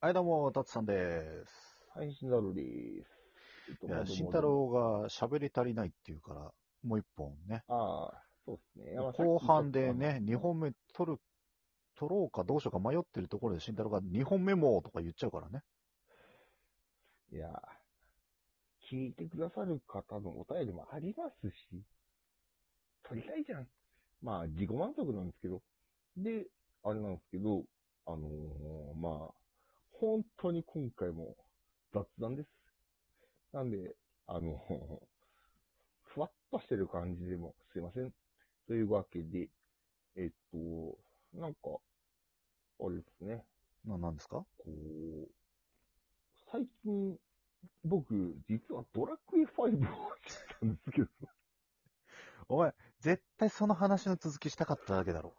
はい、どうも、たつさんです。 はい、シンダルです。 いや、慎太郎が喋り足りないっていうから、もう一本ね。 ああ、そうですね。まあ、さっ後きちょっと半でね、2本目取ろうかどうしようか迷ってるところで慎太郎が2本目もとか言っちゃうからね。 いや、聞いてくださる方のお便りもありますし、撮りたいじゃん。まあ、自己満足なんですけど。で、あれなんですけど、まあ、本当に今回も雑談です。なんで、あのふわっとしてる感じでもすいません。というわけで、なんか、あれですね。 なんですか？ こう、最近、僕、実はドラクエ5をしてたんですけど、 お前、絶対その話の続きしたかっただけだろ。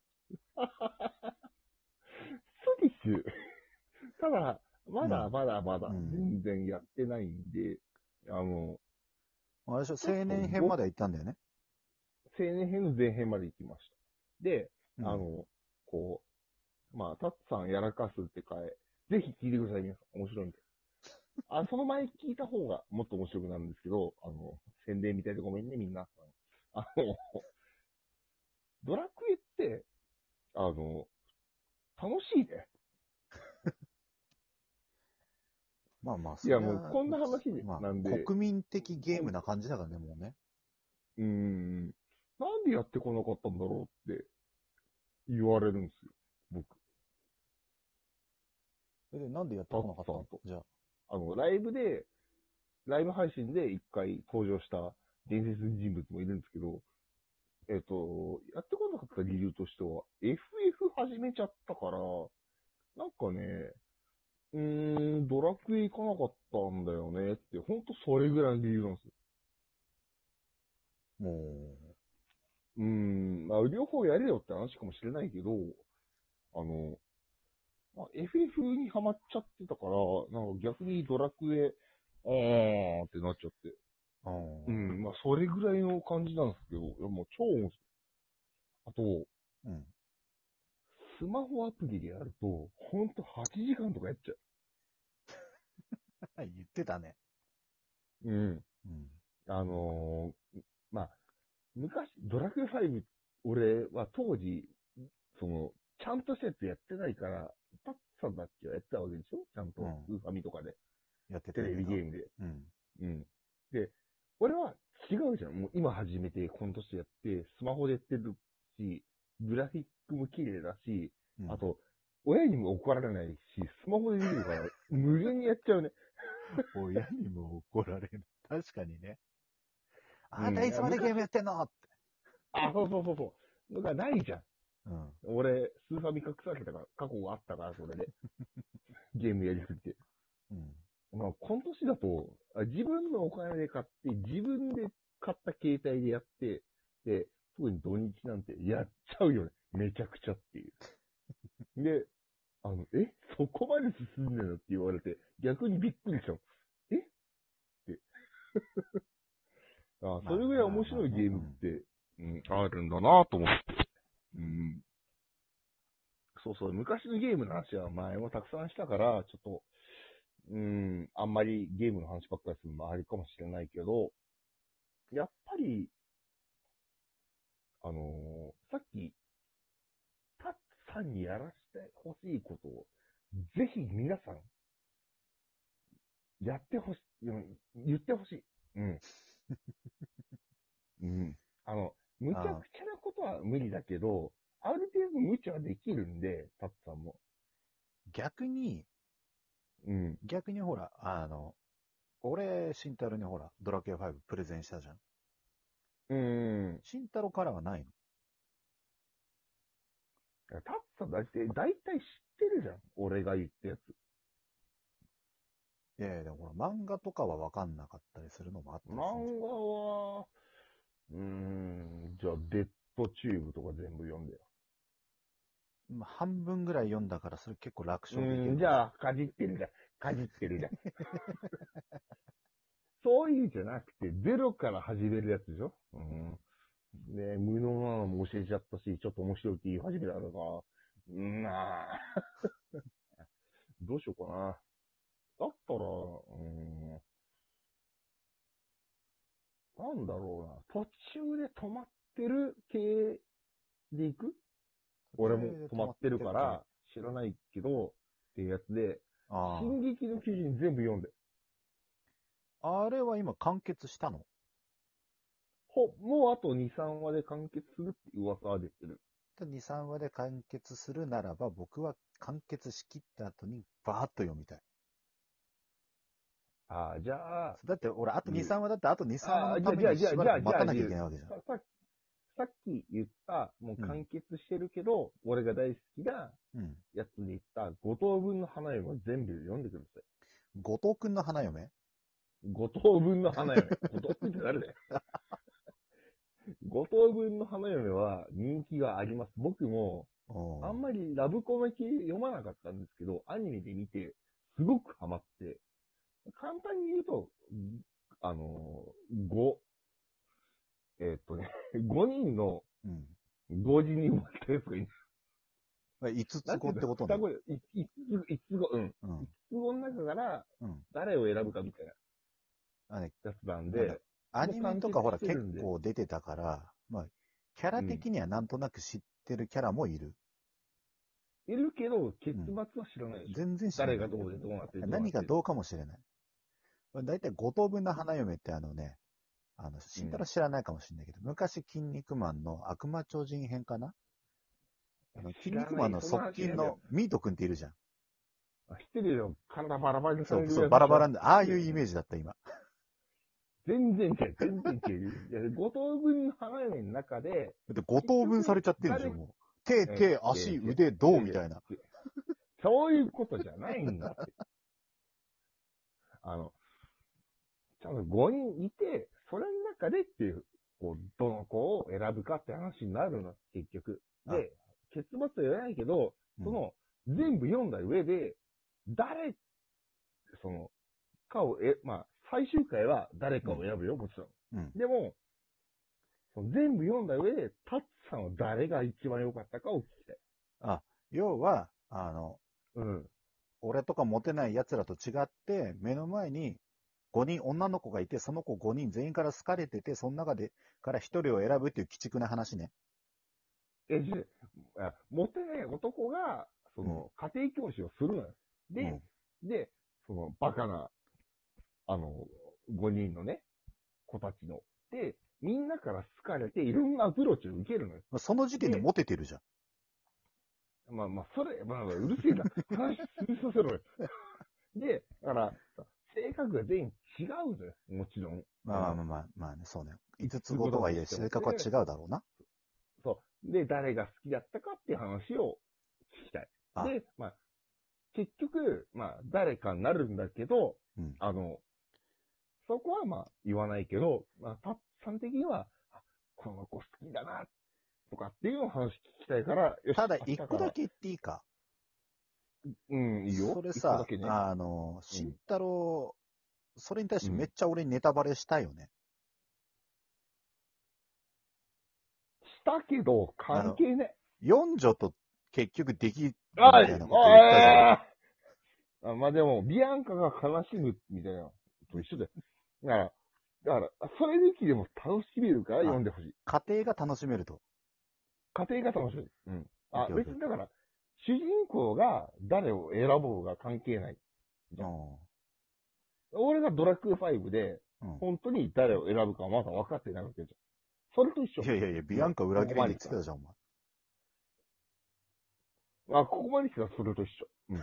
そうです。ただ、まうん。 だまだまだうん。 全然やってないんで、あの、 あれでしょ、 ちょっ青とご、 年編までは行ったんだよね。 青年編の前編まで行きました。で、 うん。 こまあ、タッツさんやらかすってぜひ聞いてください、皆さん。面白いんで。その前聞いた方がもっと面白くなるんですけど、宣伝みたいでごめんね、みんな。ドラクエって、楽しいね。 まあまあ、 いや、 そりゃ、 もうこんな話まなんあ、 で、 国民的ゲームな感じだからね、もうね。 なんでやってこなかったんだろうって言われるんですよ。僕、 で、なんでやってタッこなかったのツさんと。 じゃあ。 ライブ配信で一回登場した伝説人物もいるんですけど、やってこなかった理由としては、FF 始めちゃったから、なんかね、ドラクエ行かなかったんだよねって、ほんとそれぐらいの理由なんですよ。 もまあ、両方やれよって話かもしれないけど、あの、FF にハマっちゃってたから、なんか逆にドラクエ、ってなっちゃって。 う、 まあ、それぐらいの感じなんですけど、いやもう超面白い。あと、 うん。 スマホアプリでやると、ほんと8時間とかやっちゃ言ってたね。 う。 うん。 まあ、昔、ドラクエ5、俺は当時、ちゃんとしたやつやってないから、タッツさんたちはやってたわけでしょちゃんと、 うん。 ウーファミとかで。 やってたテレやってた。 ビゲームで。 うん。 うん。で、俺は違うじゃん。もう今始めて、この年やって、スマホでやってるし、グラフィックも綺麗だし、 うん。 あと、親にも怒られないし、スマホでできるから、無限にやっちゃうね。 親にも怒られる。確かにね。 うん。 あんたいつまでゲームやってんのって。 そうそうそうそう。のがないじゃん。 うん。 俺、スーファミ隠されたから、過去があったから、それで。ゲームやりすぎて。 うん。 まあ、この年だと、自分のお金で買って、自分で買った携帯でやって、で、特に土日なんてやっちゃうよね。めちゃくちゃっていう。で、そこまで進んでるのって言われて、逆にびっくりしたの。えって。そまあれぐらい面まあまあね。 白いゲームっうん。 て、あるんだなと思って。うん。そうそう、昔のゲームの話は前もたくさんしたから、ちょっと、あんまりゲームの話ばっかりするのもありかもしれないけど、やっぱり、さっき、タッツさんにやらせてほしいことを、ぜひ皆さん、やってほしい、言ってほしい。うん。うん。むちゃあくちゃなことは無理だけど、ある程度無茶はできるんで、タッツさんも。 逆に、 うん。 逆にほら、俺、慎太郎にほら、ドラクエ5プレゼンしたじゃん。 うーん。 慎太郎からはないの？ タッツさんだいたい知ってるじゃん。俺が言ったやつ。 いやいや、でもほら、漫画とかは分かんなかったりするのもあったりするんじ漫画は、じゃあ、デッドチューブとか全部読んでよ。 ゃん。まあ、半分ぐらい読んだから、それ結構楽勝でいけるかもしれじゃあ、かじってるじゃん。かじってるじゃん。そういうんじゃなくて、ゼロから始めるやつでしょで、無能なのも教えちゃったし、ちょっと面白いって言い始めたのが、 どうしようかな。だったら、なんだろうな。途中で止まってる系で行く？俺も止まってるから知らないけど、っていうやつで、進撃の巨人全部読んで。 あれは今完結したの？ もうあと2、3話で完結するって噂は出てる。 2、3話で完結するならば、僕は完結しきった後にバーッと読みたい。 ああ、じゃあ、 だって俺、あと2、3話だって、あと2、3話ああ、 のためにしばらくじゃあ、 待たなきゃいけないわけじゃん。 さっき言った、もう完結してるけど、俺が大好きなやつで言った、五等分の花嫁を全部読んでください。 後藤くんの花嫁？ 五等分の花嫁。五等分って誰だよ。五等分の花嫁は人気があります。僕も、あんまりラブコメ系読まなかったんですけど、アニメで見て、すごくハマって、簡単に言うと、5人の同時に生まれたやつがいる。 5つ子ってことね。 5つ子、5つ子の中から誰を選ぶかみたいなやつなんで。 アニメとかほら結構出てたから、まあ、キャラ的にはなんとなく知ってるキャラもいる。 いるけど、結末は知らないでしょ。 全然知らない。 誰がどうでどうなってる。 何がどうかもしれない。だいたい五等分の花嫁って慎太郎知らないかもしれないけど、昔、筋肉マンの悪魔超人編かな？筋肉マンの側近のミート君っているじゃん。 知ってるよ。体バラバラにされる。 そう、バラバラで、ああいうイメージだった、今。 全然違う。五等分の花嫁の中で。 五等分されちゃってるでしょ、もう。手、足、腕、胴みたいな。 そういうことじゃないんだって。ちゃんと5人いて、それの中でっていう、どの子を選ぶかって話になるの、結局。で、結末は言わないけど、全部読んだ上で、最終回は誰かを選ぶよ、もちろん。でも、全部読んだ上で、タッツさんは誰が一番良かったかを聞きたい。 要は、俺とかモテない奴らと違って、目の前に5人女の子がいて、その子5人全員から好かれてて、その中でから1人を選ぶっていう鬼畜な話ね。 モテない男が、家庭教師をするのよ。で、バカな、5人のね、子たちの。で、みんなから好かれて、いろんなアプローチを受けるのよ。 その時点でモテてるじゃん。 うるせえな。話進みさせろよ。で、だから、性格が全員違うのよ。もちろん。 まあね、そうね。5つ子とはいえ、性格は違うだろうな。 そう。で、誰が好きだったかっていう話を聞きたい。で、結局、誰かになるんだけど、そこは言わないけど、タッツさん的には、この子好きだな、とかっていうのを話聞きたいから、 ただ、一個だけ言っていいか？ いいよ。 それさ、慎太郎、それに対してめっちゃ俺にネタバレしたよね。 したけど、関係ね。 四女と結局できるみたいなこと言ったじゃん。でも、ビアンカが悲しむみたいなと一緒だよ。だから、それ抜きでも楽しめるから読んでほしい。 家庭が楽しめると。 家庭が楽しめる。別にだから、主人公が誰を選ぼうが関係ない。俺がドラクエ5で、本当に誰を選ぶかまだ分かってないわけじゃん。それと一緒。 いや、ビアンカ裏切りに言ってたじゃん、お前。 ここまで来たらそれと一緒。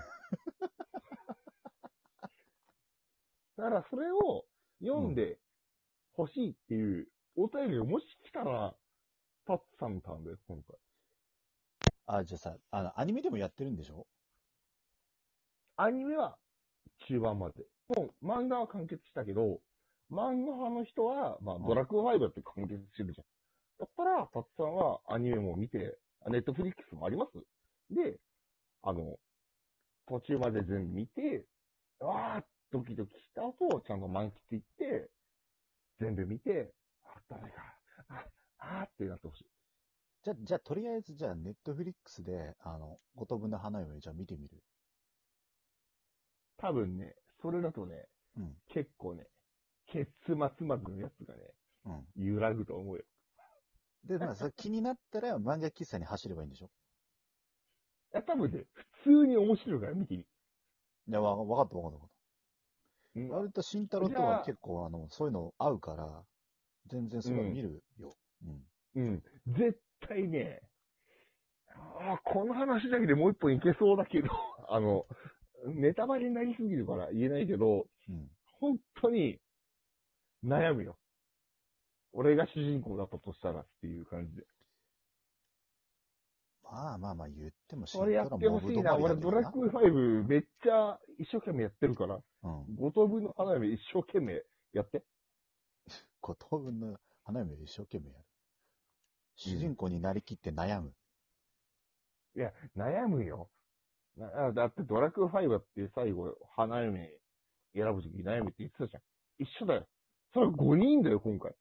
だからそれを読んで欲しいっていうお便りがもし来たら、タッツさんのターンだよ、今回。 じゃあさ、アニメでもやってるんでしょ？ アニメは中盤まで。もう漫画は完結したけど、漫画派の人は、ドラクエ5だって完結してるじゃん。だったら、タッツさんはアニメも見て、ネットフリックスもありますで、途中まで全部見て、ドキドキした後、ちゃんと満喫いって、全部見て、誰か、ってなってほしい。 じゃあ、とりあえず、ネットフリックスで、五等分の花嫁、じゃあ見てみる。 多分ね、それだとね、 うん。 結構ね、結末までのやつがね、 うん。 揺らぐと思うよ。 で、まあ、それ気になったら漫画喫茶に走ればいいんでしょ？ いや、多分ね、普通に面白いから見てみ。 いや、わかったわかったわかっうんた。割と慎太郎じゃあとは結構そういうの合うから、全然それは見るよ。うん。 うん。絶対ね、この話だけでもう一本いけそうだけど、ネタバレになりすぎるから言えないけど、 うん。 本当に悩むよ。俺が主人公だったとしたらっていう感じで。 まあまあまあ言ってもそれやってほしいな。俺、ドラクエ5めっちゃ一生懸命やってるから、 うん。 五等分の花嫁一生懸命やって。 五等分の花嫁を一生懸命やる。主人公になりきって悩む。 いや、悩むよ。だってドラクエ5って最後、花嫁選ぶとき悩むって言ってたじゃん。一緒だよ。それ5人だよ、今回。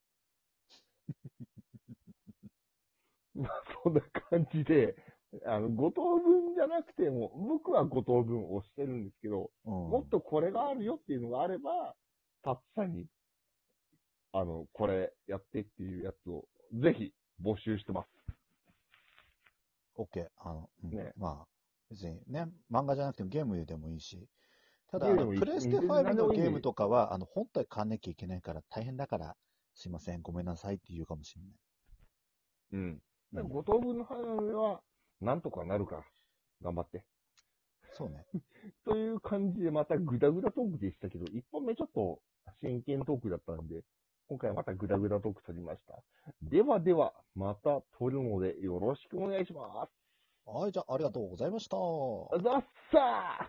まあ、そんな感じで、五等分じゃなくても、僕は五等分をしてるんですけど、 うん。 もっとこれがあるよっていうのがあれば、たっさに、これやってっていうやつを、ぜひ募集してます。 OK。 ね。 まあ、別にね、漫画じゃなくてもゲームでもいいし、ただ、 ゲームでもいいプレステ全然 5 何でもいいんでのゲームとかは、本体買わなきゃいけないから大変だから、すいません、ごめんなさいって言うかもしれない。 うん。 うん、 五等分の花嫁は、なんとかなるから、頑張って。 そうね。 という感じで、またグダグダトークでしたけど、一本目ちょっと真剣トークだったんで、今回はまたグダグダトーク取りました。ではでは、また撮るのでよろしくお願いします。 はい、じゃあ、ありがとうございました。 ざっさー